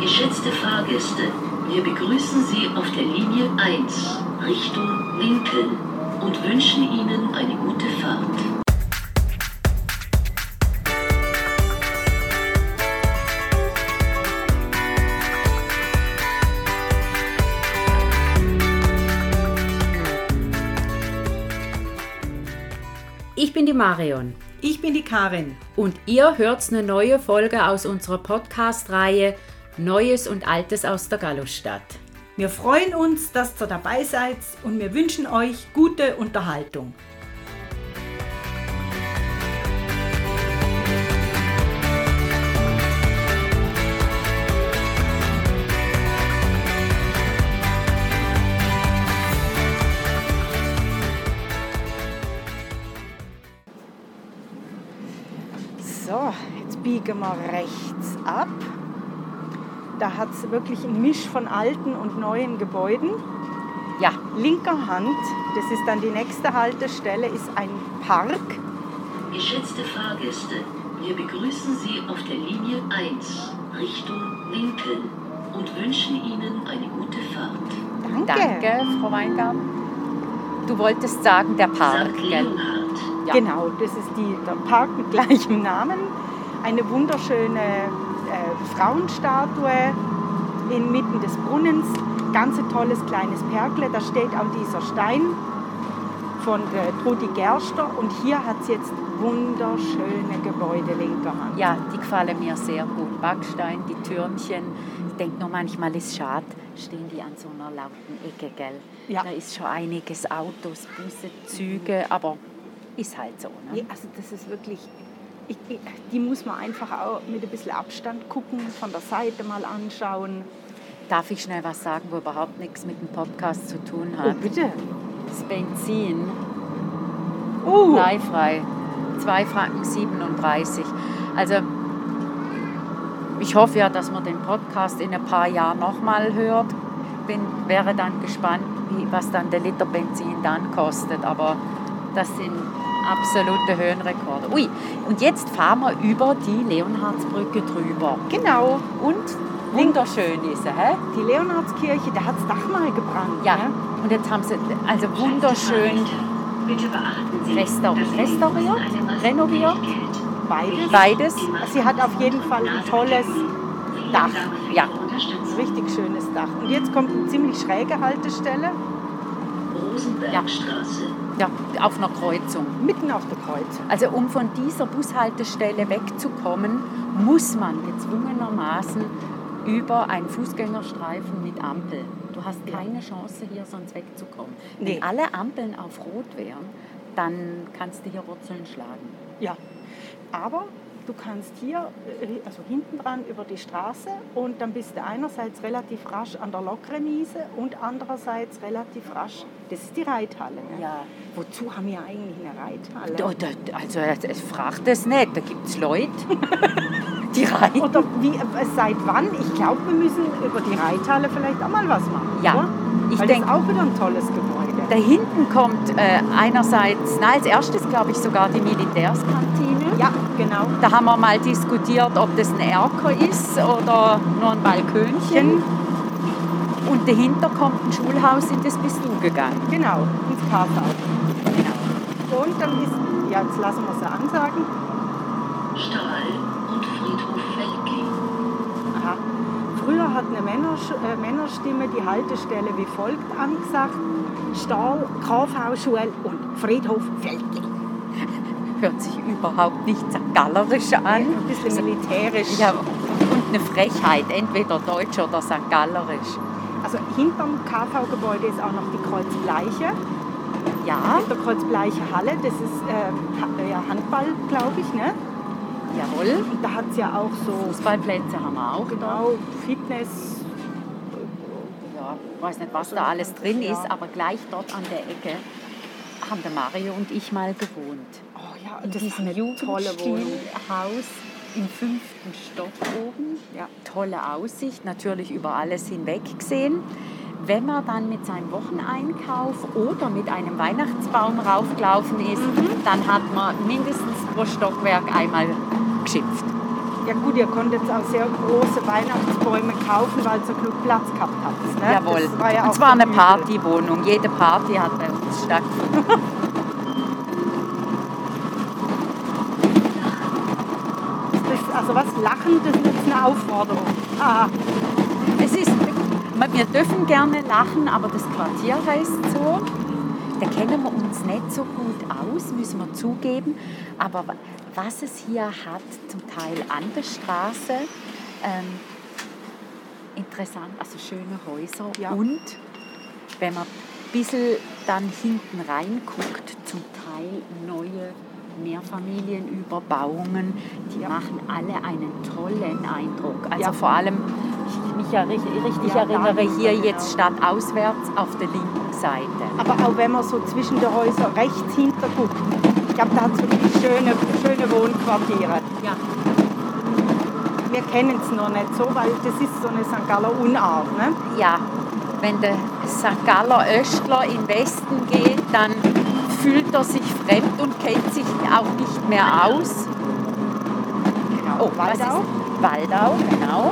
Geschätzte Fahrgäste, wir begrüßen Sie auf der Linie 1 Richtung Lincoln und wünschen Ihnen eine gute Fahrt. Ich bin die Marion. Ich bin die Karin. Und ihr hört eine neue Folge aus unserer Podcast-Reihe Neues und Altes aus der Gallusstadt. Wir freuen uns, dass ihr dabei seid und wir wünschen euch gute Unterhaltung. So, jetzt biegen wir rechts ab. Da hat es wirklich einen Misch von alten und neuen Gebäuden. Ja. Linker Hand, das ist dann die nächste Haltestelle, ist ein Park. Geschätzte Fahrgäste, wir begrüßen Sie auf der Linie 1 Richtung Lincoln und wünschen Ihnen eine gute Fahrt. Danke, Frau Weingarten. Du wolltest sagen, der Park, St. gell? Leonhard. Ja. Genau, das ist der Park mit gleichem Namen. Eine wunderschöne Frauenstatue inmitten des Brunnens. Ganz ein tolles kleines Perkle. Da steht auch dieser Stein von Trudi Gerster. Und hier hat es jetzt wunderschöne Gebäude linker Hand. Ja, die gefallen mir sehr gut. Backstein, die Türmchen. Ich denke nur manchmal ist es schade, stehen die an so einer lauten Ecke, gell? Ja. Da ist schon einiges Autos, Busse, Züge, aber ist halt so. Ne? Ja, also das ist wirklich, die muss man einfach auch mit ein bisschen Abstand gucken, von der Seite mal anschauen. Darf ich schnell was sagen, wo überhaupt nichts mit dem Podcast zu tun hat? Oh, bitte. Das Benzin, Bleifrei. bleifrei, 2,37 Franken. Also ich hoffe ja, dass man den Podcast in ein paar Jahren nochmal hört. Wäre dann gespannt, was dann der Liter Benzin dann kostet. Aber das sind absolute Höhenrekorde. Ui, und jetzt fahren wir über die Leonhardsbrücke drüber. Genau. Und wunderschön ist sie, hä? Die Leonhardskirche, da hat das Dach mal gebrannt. Ja, Ne? und jetzt haben sie also wunderschön Bitte beachten Sie, restauriert, renoviert. Beides. Sie hat auf jeden Fall ein tolles Dach. Ja. Ein richtig schönes Dach. Und jetzt kommt eine ziemlich schräge Haltestelle, Rosenbergstraße. Ja, auf einer Kreuzung. mitten auf der Kreuzung. Also um von dieser Bushaltestelle wegzukommen, muss man gezwungenermaßen über einen Fußgängerstreifen mit Ampel. Du hast keine Chance, hier sonst wegzukommen. Nee. Wenn alle Ampeln auf Rot wären, dann kannst du hier Wurzeln schlagen. Ja. Aber du kannst hier, also hinten dran über die Straße und dann bist du einerseits relativ rasch an der Lokremise und andererseits relativ rasch, das ist die Reithalle. Ne? Ja. Wozu haben wir eigentlich eine Reithalle? Also fragt es nicht, da gibt es Leute, die reiten. Oder seit wann? Ich glaube, wir müssen über die Reithalle vielleicht auch mal was machen. Ja, oder? ich Weil denke, das ist auch wieder ein tolles Gebäude. da hinten kommt einerseits, als erstes glaube ich sogar die Militärskantine. Ja, genau. Da haben wir mal diskutiert, ob das ein Erker ist oder nur ein Balkönchen. Und dahinter kommt ein Schulhaus, in das bist du gegangen. Genau, ins Kaufhaus. Genau. Und dann ist, ja, jetzt lassen wir es ansagen. Stahl und Friedhof Felking. Aha. Früher hat eine Männerstimme die Haltestelle wie folgt angesagt: Stahl, Kaufhausschule und Friedhof Felking. Hört sich überhaupt nicht gallerisch an. Ein bisschen militärisch. Ja, und eine Frechheit, entweder deutsch oder St. Gallerisch. Also hinterm KV-Gebäude ist auch noch die Kreuzbleiche. Ja, Der Kreuzbleiche Halle, das ist Handball, glaube ich, ne? jawohl. Und da hat es ja auch so Fußballplätze haben wir auch. genau Fitness. Ja, ich weiß nicht, was da alles drin ist, aber gleich dort an der Ecke haben der Mario und ich mal gewohnt. Oh ja, In das ist diesem eine tolle Wohnung. Jugendstilhaus im 5. Stock oben. Ja. Tolle Aussicht, natürlich über alles hinweg gesehen. Wenn man dann mit seinem Wocheneinkauf oder mit einem Weihnachtsbaum raufgelaufen ist, dann hat man mindestens pro Stockwerk einmal geschimpft. Ja gut, ihr konntet auch sehr große Weihnachtsbäume kaufen, weil ihr genug Platz gehabt habt. Ne? Jawohl. Das war ja auch Und zwar eine übel. Partywohnung. Jede Party hat bei uns stattgefunden. Also was lachen, das ist jetzt eine Aufforderung. Ah, Es ist, wir dürfen gerne lachen, aber das Quartier heißt so. Da kennen wir uns nicht so gut aus, müssen wir zugeben. Aber was es hier hat, zum Teil an der Straße, interessant, also schöne Häuser. Ja. Und wenn man ein bisschen dann hinten reinguckt, zum Teil neue Mehrfamilienüberbauungen, die machen alle einen tollen Eindruck. Also Ja. vor allem, ich mich ja richtig Ja, erinnere, da hier genau. jetzt stadtauswärts auf der linken Seite. aber auch wenn man so zwischen den Häusern rechts hinter guckt, ich glaube, da hat es wirklich schöne Wohnquartiere. Ja. Wir kennen es noch nicht so, weil das ist so eine St. Galler Unart. Ne? Ja, wenn der St. Galler Östler in den Westen geht, dann fühlt er sich fremd und kennt sich auch nicht mehr aus. Genau. Oh, was Waldau. ist Waldau, genau.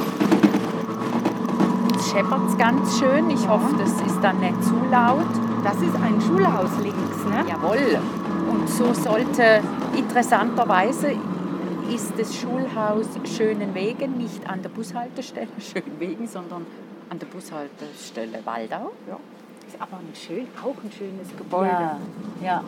Jetzt scheppert es ganz schön. Ich hoffe, das ist dann nicht zu laut. Das ist ein Schulhaus links. Ne? Jawohl. Und so sollte, interessanterweise, ist das Schulhaus Schönenwegen nicht an der Bushaltestelle Schönwegen, sondern an der Bushaltestelle Waldau. Ja. Ist aber auch ein schönes Gebäude. Ja.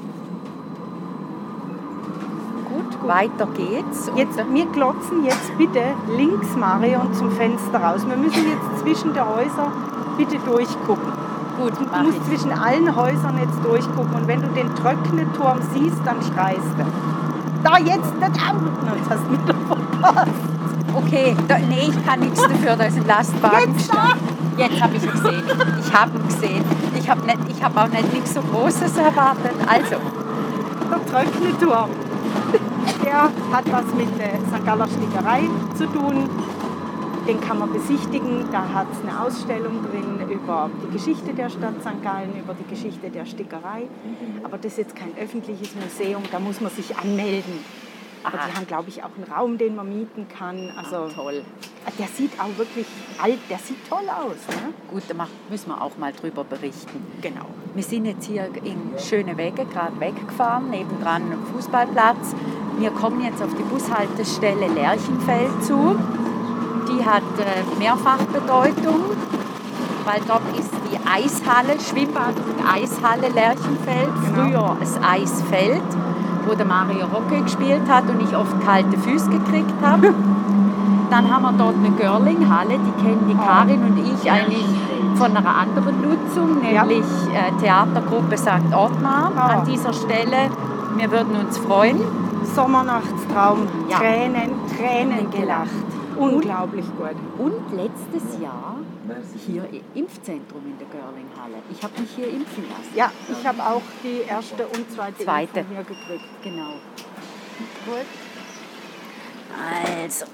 Gut, weiter geht's. Und Jetzt, wir glotzen jetzt bitte links, Marion, zum Fenster raus. Wir müssen jetzt zwischen den Häusern bitte durchgucken. gut, Du mach musst ich. zwischen allen Häusern jetzt durchgucken. Und wenn du den Tröckneturm siehst, dann schreist du. Da, jetzt, da, jetzt hast du wieder verpasst. Okay, nee, ich kann nichts dafür, da ist ein Lastwagen Jetzt gestanden. Jetzt habe ich ihn gesehen. Ich habe ihn gesehen. Ich habe auch nicht nichts so Großes erwartet. Also, Der Tröckneturm, der hat was mit der St. Galler Stickerei zu tun. Den kann man besichtigen. Da hat es eine Ausstellung drin über die Geschichte der Stadt St. Gallen, über die Geschichte der Stickerei. Aber das ist jetzt kein öffentliches Museum, da muss man sich anmelden. Aber Aha. die haben, glaube ich, auch einen Raum, den man mieten kann. Also, toll. der sieht auch wirklich alt, der sieht toll aus. Ne? Gut, da müssen wir auch mal drüber berichten. Genau. Wir sind jetzt hier in Schönewege gerade weggefahren, nebendran am Fußballplatz. Wir kommen jetzt auf die Bushaltestelle Lerchenfeld zu. Die hat Mehrfachbedeutung, weil dort ist die Eishalle, Schwimmbad und Eishalle Lerchenfeld, früher das Eisfeld, wo der Mario Rocke gespielt hat und ich oft kalte Füße gekriegt habe. Dann haben wir dort eine Girling-Halle, die kennen die Karin und ich eigentlich von einer anderen Nutzung, nämlich Theatergruppe St. Ottmar. Ah. An dieser Stelle, wir würden uns freuen. Sommernachtstraum, Ja. Tränen gelacht. Unglaublich gut. Und letztes Jahr hier im Impfzentrum in der Girling-Halle. Ich habe mich hier impfen lassen. Ja, ich habe auch die erste und zweite Impfung hier gekriegt. Genau. Gut. Also.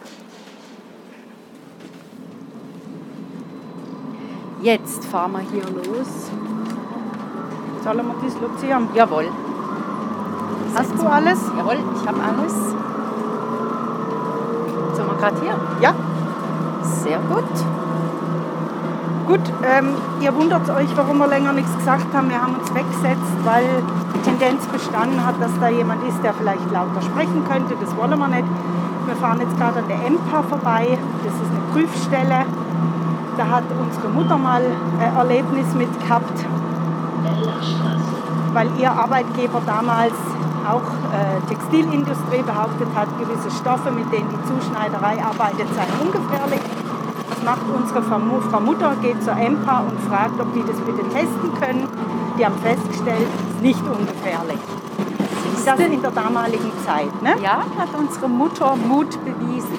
Jetzt fahren wir hier los. Sollen wir dislozieren? Jawohl. Hast du alles? Jawohl, ich habe alles. Sind wir gerade hier? Ja. Sehr gut. Gut, ihr wundert euch, warum wir länger nichts gesagt haben. Wir haben uns weggesetzt, weil die Tendenz bestanden hat, dass da jemand ist, der vielleicht lauter sprechen könnte. Das wollen wir nicht. Wir fahren jetzt gerade an der EMPA vorbei. Das ist eine Prüfstelle. Da hat unsere Mutter mal ein Erlebnis mit gehabt, weil ihr Arbeitgeber damals auch Textilindustrie behauptet hat, gewisse Stoffe, mit denen die Zuschneiderei arbeitet, seien ungefährlich. Was macht unsere Frau Mutter? Geht zur EMPA und fragt, ob die das bitte testen können. Die haben festgestellt, es ist nicht ungefährlich. Das in der damaligen Zeit. Ne? Ja, hat unsere Mutter Mut bewiesen.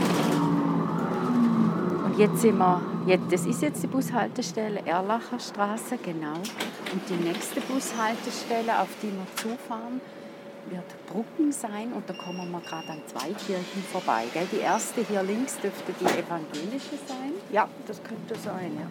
Und jetzt sind wir, das ist jetzt die Bushaltestelle Erlacher Straße, genau. Und die nächste Bushaltestelle, auf die wir zufahren, wird Brucken sein. Und da kommen wir gerade an zwei Kirchen vorbei. Gell? Die erste hier links dürfte die evangelische sein. Ja, das könnte sein. Ja.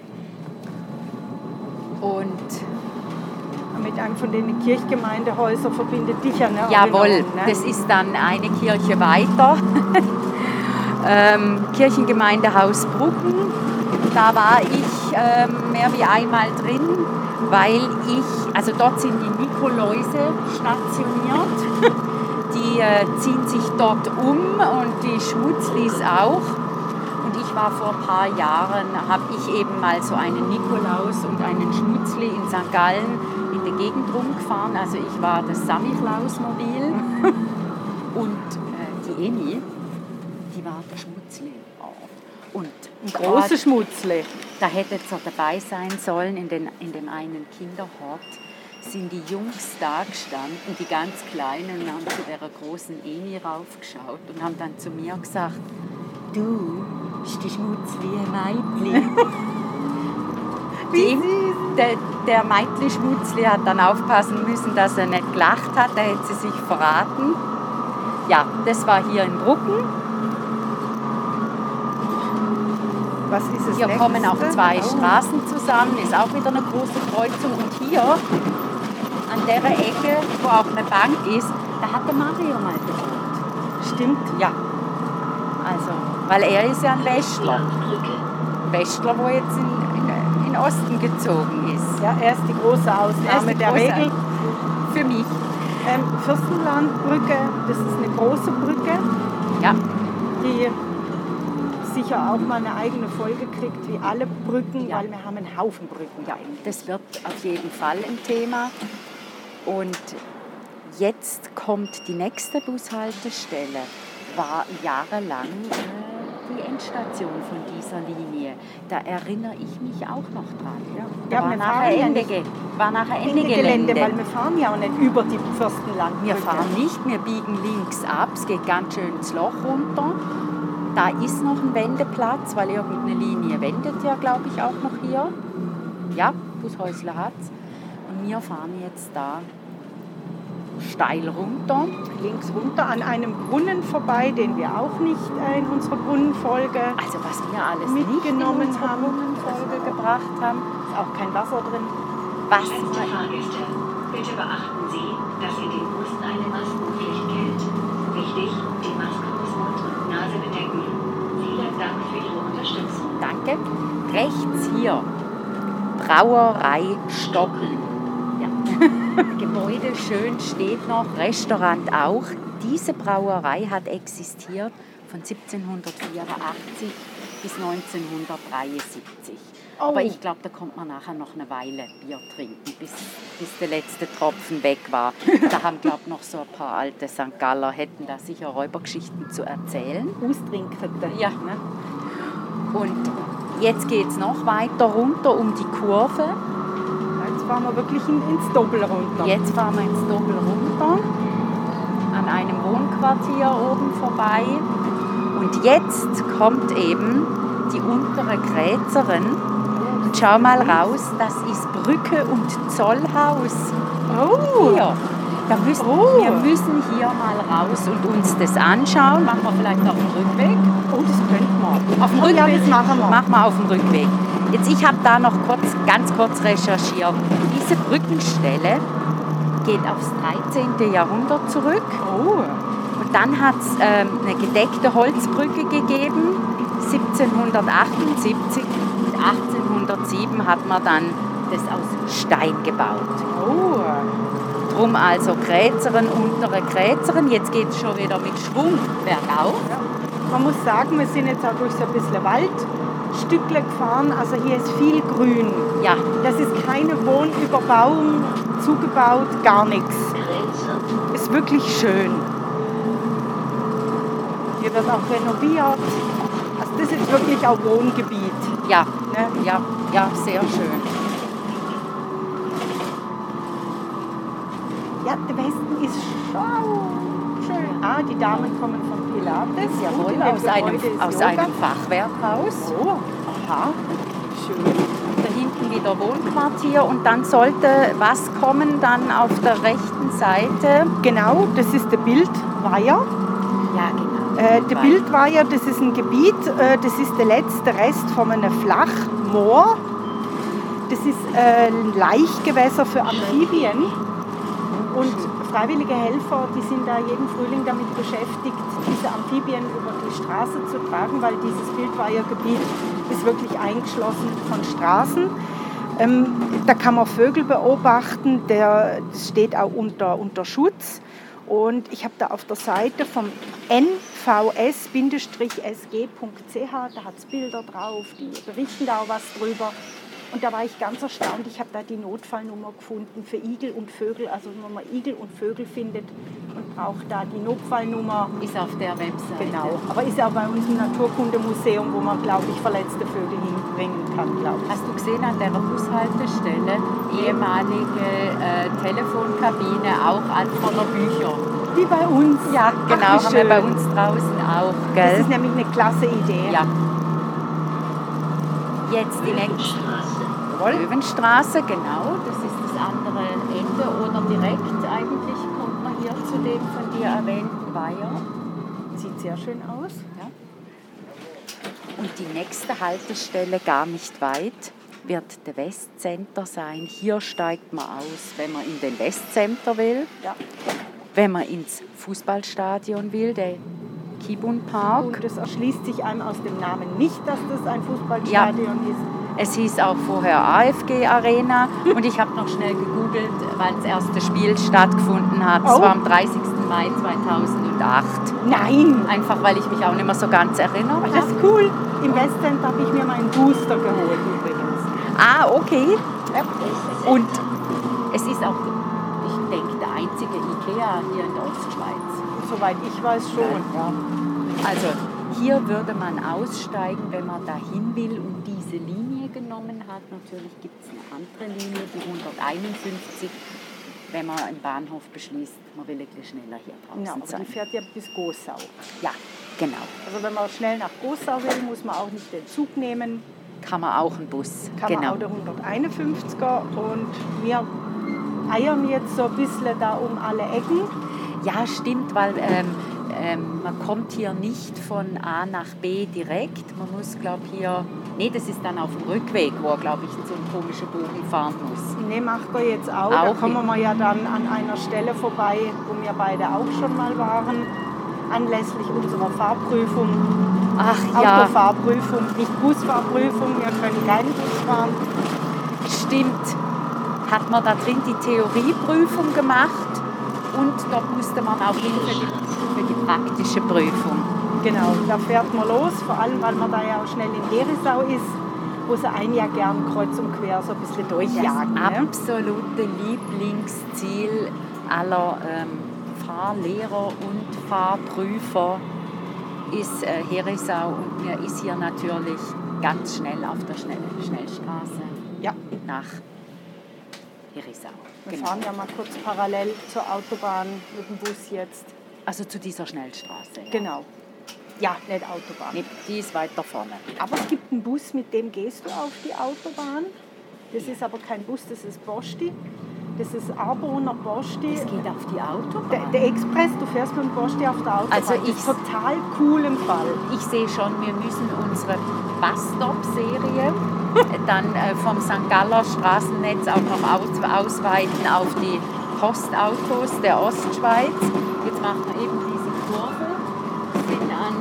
Und Mit einem von den Kirchgemeindehäusern verbindet dich ja eine jawohl, Erinnerung, ne? das ist dann eine Kirche weiter. Kirchengemeindehaus Brucken. Da war ich mehr wie einmal drin, weil also dort sind die Nikoläuse stationiert. Die ziehen sich dort um und die Schmutzlis auch. Und ich war vor ein paar Jahren, habe ich eben mal so einen Nikolaus und einen Schmutzli in St. Gallen in der Gegend rumgefahren. Also ich war das Samichlaus-Mobil. Und die Eni, die war der Schmutzli. Und ein großer Schmutzli. Da hätte ihr dabei sein sollen in dem einen Kinderhort. Sind die Jungs da gestanden, die ganz Kleinen, und haben zu der großen Eni raufgeschaut und haben dann zu mir gesagt, du, ist die Schmutzli ein Meitli? Der Meitli-Schmutzli hat dann aufpassen müssen, dass er nicht gelacht hat, da hätte sie sich verraten. Ja, das war hier in Brucken. Was ist es? Hier kommen auch zwei Straßen zusammen, ist auch wieder eine große Kreuzung. Und hier, an der Ecke, wo auch eine Bank ist, da hat der Mario mal gewohnt. Stimmt? Ja. Also, weil er ist ja ein Westler. Westler, wo jetzt in Osten gezogen ist. Ja, er ist die große Ausnahme der Regel. Für mich. Fürstenlandbrücke, das ist eine große Brücke. Ja. Die sicher auch mal eine eigene Folge kriegt, wie alle Brücken, ja. Weil wir haben einen Haufen Brücken. Ja, das wird auf jeden Fall ein Thema. Und jetzt kommt die nächste Bushaltestelle. War jahrelang die Endstation von dieser Linie. Da erinnere ich mich auch noch dran. Ja, war nachher Ende Gelände. Weil wir fahren ja auch nicht über die Fürstenlandbrücke. Wir fahren nicht, wir biegen links ab, es geht ganz schön ins Loch runter. Da ist noch ein Wendeplatz, weil irgendeine Linie wendet ja, glaube ich, auch noch hier. Ja, Bushäusler hat es. Und wir fahren jetzt da steil runter. Links runter an einem Brunnen vorbei, den wir auch nicht in unserer Brunnenfolge also was wir alles mitgenommen nicht in haben, Brunnenfolge gebracht haben. Ist auch kein Wasser drin. Was? Fahrgäste, bitte beachten Sie, dass in den Bussen eine Maskenpflicht gilt. Wichtig, die Maske muss Mund und Nase bedecken. Vielen Dank für Ihre Unterstützung. Danke. Rechts hier, Brauerei Stoppel. Ja. Gebäude schön steht noch, Restaurant auch. Diese Brauerei hat existiert von 1784 bis 1973. Oh. Aber ich glaube, da kommt man nachher noch eine Weile Bier trinken, bis der letzte Tropfen weg war. Da haben, glaube ich, noch so ein paar alte St. Galler, hätten da sicher Räubergeschichten zu erzählen. Austrinkerte. Ja. Ne? Und jetzt geht es noch weiter runter um die Kurve. Jetzt fahren wir wirklich ins Doppel runter. Jetzt fahren wir ins Doppel runter, an einem Wohnquartier oben vorbei. Und jetzt kommt eben die untere Gräzerin. Und schau mal raus, das ist Brücke und Zollhaus. Oh! Hier. Wir müssen hier mal raus und uns das anschauen. Machen wir vielleicht auf dem Rückweg. Oh, das könnten wir. Auf dem Rückweg? Ja, das machen wir. Machen wir auf dem Rückweg. Jetzt, ich habe da noch ganz kurz recherchiert. Diese Brückenstelle geht aufs 13. Jahrhundert zurück. Oh. Und dann hat es eine gedeckte Holzbrücke gegeben, 1778. Und 1807 hat man dann das aus Stein gebaut. Oh. Drum also Gräzerin, untere Gräzerin. Jetzt geht es schon wieder mit Schwung bergauf. Ja. Man muss sagen, wir sind jetzt auch durch so ein bisschen Waldstückle gefahren. Also hier ist viel Grün. Ja. Das ist keine Wohnüberbauung, zugebaut, gar nichts. Ist wirklich schön. Hier wird auch renoviert. Also das ist wirklich auch Wohngebiet. Ja, Ne? ja, sehr schön. Ja, der Westen ist schon schön. Ah, die Damen kommen von Pilates. Jawohl, Und aus im einem Gebäude ist Yoga. Fachwerkhaus. Oh, aha. Schön. Da hinten wieder Wohnquartier und dann sollte was kommen dann auf der rechten Seite. Genau, das ist der Bildweiher. Ja, genau. Der Bildweiher, das ist ein Gebiet, das ist der letzte Rest von einem Flachmoor. Das ist ein Laichgewässer für Amphibien. Und freiwillige Helfer, die sind da jeden Frühling damit beschäftigt, diese Amphibien über die Straße zu tragen, weil dieses Wildweihergebiet ist wirklich eingeschlossen von Straßen. Da kann man Vögel beobachten, das steht auch unter Schutz. Und ich habe da auf der Seite vom nvs-sg.ch, da hat es Bilder drauf, die berichten da auch was drüber. Und da war ich ganz erstaunt, ich habe da die Notfallnummer gefunden für Igel und Vögel. Also wenn man Igel und Vögel findet und braucht da die Notfallnummer. Ist auf der Webseite. Genau, aber ist auch bei uns im Naturkundemuseum, wo man, glaube ich, verletzte Vögel hinbringen kann, glaube ich. Hast du gesehen, an der Bushaltestelle, ehemalige Telefonkabine, auch voller Bücher. Wie bei uns. Ja, genau, haben wir bei uns draußen auch. Gell? Das ist nämlich eine klasse Idee. Ja. Jetzt die nächste Löwenstraße, genau, das ist das andere Ende oder direkt eigentlich kommt man hier zu dem von dir erwähnten Weiher. Sieht sehr schön aus. Ja. Und die nächste Haltestelle, gar nicht weit, wird der Westcenter sein. Hier steigt man aus, wenn man in den Westcenter will, Ja. wenn man ins Fußballstadion will, der Kibun Park. Und das erschließt sich einem aus dem Namen nicht, dass das ein Fußballstadion ist. Es hieß auch vorher AFG Arena und ich habe noch schnell gegoogelt, weil das erste Spiel stattgefunden hat. Es war am 30. Mai 2008. Nein! Einfach, weil ich mich auch nicht mehr so ganz erinnere. Das ist cool. Im Westend habe ich mir meinen Booster geholt übrigens. Ah, okay. Ja. Und es ist auch, ich denke, der einzige IKEA hier in der Ostschweiz. Soweit ich weiß schon. Ja. Also hier würde man aussteigen, wenn man dahin will und diese Linie genommen hat. Natürlich gibt es eine andere Linie, die 151, wenn man einen Bahnhof beschließt, man will ein bisschen schneller hier draußen Ja, aber sein. die fährt ja bis Gossau. Ja, genau. Also wenn man schnell nach Gossau will, muss man auch nicht den Zug nehmen. Kann man auch einen Bus. Kann man auch der 151er. Und wir eiern jetzt so ein bisschen da um alle Ecken. Ja, stimmt, weil man kommt hier nicht von A nach B direkt. Man muss, glaube ich, hier... Nee, das ist dann auf dem Rückweg, wo er, glaube ich, so einen komischen Bogen fahren muss. Nee, macht er jetzt auch. Da kommen wir ja dann an einer Stelle vorbei, wo wir beide auch schon mal waren, anlässlich unserer Fahrprüfung. Ach ja. Autofahrprüfung, nicht Busfahrprüfung, wir können keinen Bus fahren. Stimmt. Hat man da drin die Theorieprüfung gemacht und dort musste man auch hin für die praktische Prüfung. Genau, da fährt man los, vor allem weil man da ja auch schnell in Herisau ist, wo sie einen ja gern kreuz und quer so ein bisschen durchjagen. Das ne? absolute Lieblingsziel aller Fahrlehrer und Fahrprüfer ist Herisau und mir ist hier natürlich ganz schnell auf der Schnellstraße Ja. nach Herisau. Wir fahren ja mal kurz parallel zur Autobahn mit dem Bus jetzt. Also zu dieser Schnellstraße. Ja. Genau. Ja, nicht Autobahn. Nee, die ist weiter vorne. Aber es gibt einen Bus, mit dem gehst du auf die Autobahn. Das ist aber kein Bus, das ist Posti. Das ist Arboner Posti. Es geht auf die Autobahn. Der Express, du fährst mit dem Posti auf der Autobahn. Also das ist total cool im Fall. Ich sehe schon, wir müssen unsere Bus-Stop-Serie dann vom St. Galler Straßennetz auch noch ausweiten auf die Postautos der Ostschweiz. Jetzt machen wir eben diese Kurve. Wir sind an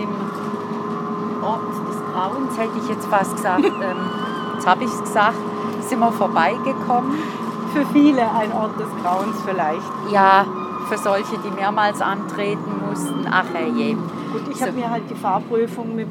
dem Ort des Grauens, hätte ich jetzt fast gesagt, jetzt habe ich es gesagt, sind wir vorbeigekommen. Für viele ein Ort des Grauens vielleicht. Ja, für solche, die mehrmals antreten mussten, ach herrje. Gut, ich habe mir halt die Fahrprüfung mit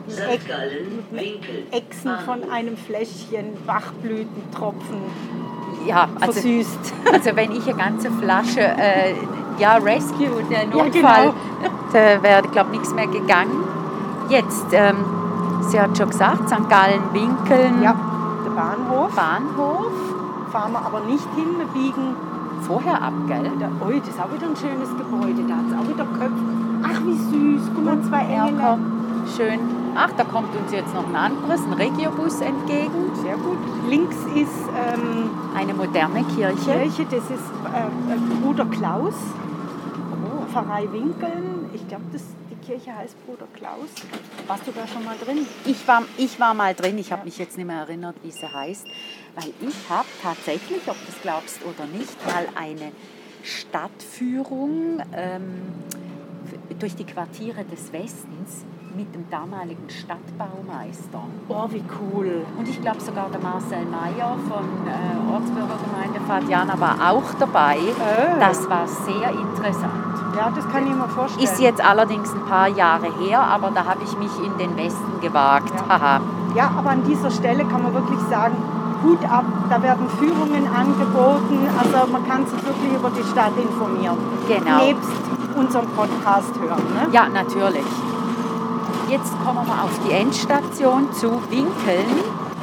Echsen von einem Fläschchen Bachblütentropfen versüßt. Also wenn ich eine ganze Flasche Rescue, der Notfall, ja, genau. Da wäre, glaube ich, nichts mehr gegangen. Jetzt, sie hat schon gesagt, St. Gallen-Winkeln. Ja, der Bahnhof. Fahren wir aber nicht hin, wir biegen vorher ab, gell? Ui, das ist auch wieder ein schönes Gebäude, da hat es auch wieder Köpfe. Ach, wie süß, guck mal, 2 Engel. Schön. Ach, da kommt uns jetzt noch ein anderes, ein Regiobus entgegen. Sehr gut. Links ist eine moderne Kirche. Das ist Bruder Klaus, Pfarrei Winkeln. Ich glaube, die Kirche heißt Bruder Klaus. Warst du da schon mal drin? Ich war mal drin, ich habe mich jetzt nicht mehr erinnert, wie sie heißt. Weil ich habe tatsächlich, ob du es glaubst oder nicht, mal eine Stadtführung durch die Quartiere des Westens mit dem damaligen Stadtbaumeister. Oh, wie cool. Und ich glaube sogar der Marcel Meyer von Ortsbürgergemeinde Fadiana war auch dabei. Das war sehr interessant. Ja, das kann ich mir vorstellen. Ist jetzt allerdings ein paar Jahre her, aber da habe ich mich in den Westen gewagt. Ja. Ja, aber an dieser Stelle kann man wirklich sagen, Hut ab, da werden Führungen angeboten, also man kann sich wirklich über die Stadt informieren. Genau. Nebst unserem Podcast hören. Ne? Ja, natürlich. Jetzt kommen wir auf die Endstation zu Winkeln.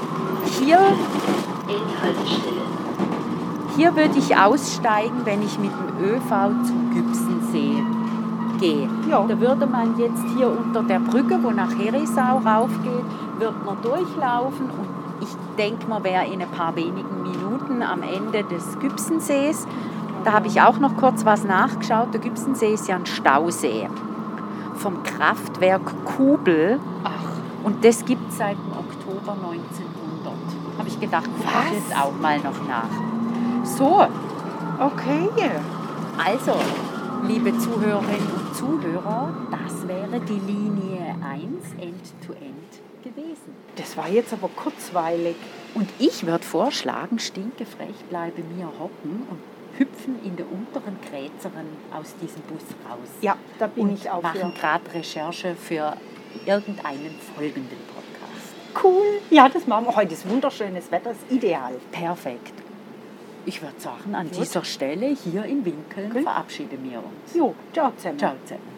Hier würde ich aussteigen, wenn ich mit dem ÖV zum Gübsensee gehe. Ja. Da würde man jetzt hier unter der Brücke, wo nach Herisau raufgeht, wird man durchlaufen und ich denke, man wäre in ein paar wenigen Minuten am Ende des Gübsensees. Da habe ich auch noch kurz was nachgeschaut. Der Gübsensee ist ja ein Stausee vom Kraftwerk Kubel. Ach. Und das gibt es seit dem Oktober 1900. Habe ich gedacht, gucke ich jetzt auch mal noch nach. So, Okay. also, liebe Zuhörerinnen und Zuhörer, das wäre die Linie 1 End-to-End gewesen. Das war jetzt aber kurzweilig. Und ich würde vorschlagen, stinkefrech bleibe mir hocken und hüpfen in der unteren Gräzerin aus diesem Bus raus. Ja, da bin Und ich auch machen für. gerade Recherche für irgendeinen folgenden Podcast. Cool. Ja, das machen wir. Heute ist wunderschönes Wetter, ist ideal. Perfekt. Ich würde sagen, an dieser Stelle hier in Winkeln verabschieden wir uns. Jo, ciao zusammen. Ciao zusammen.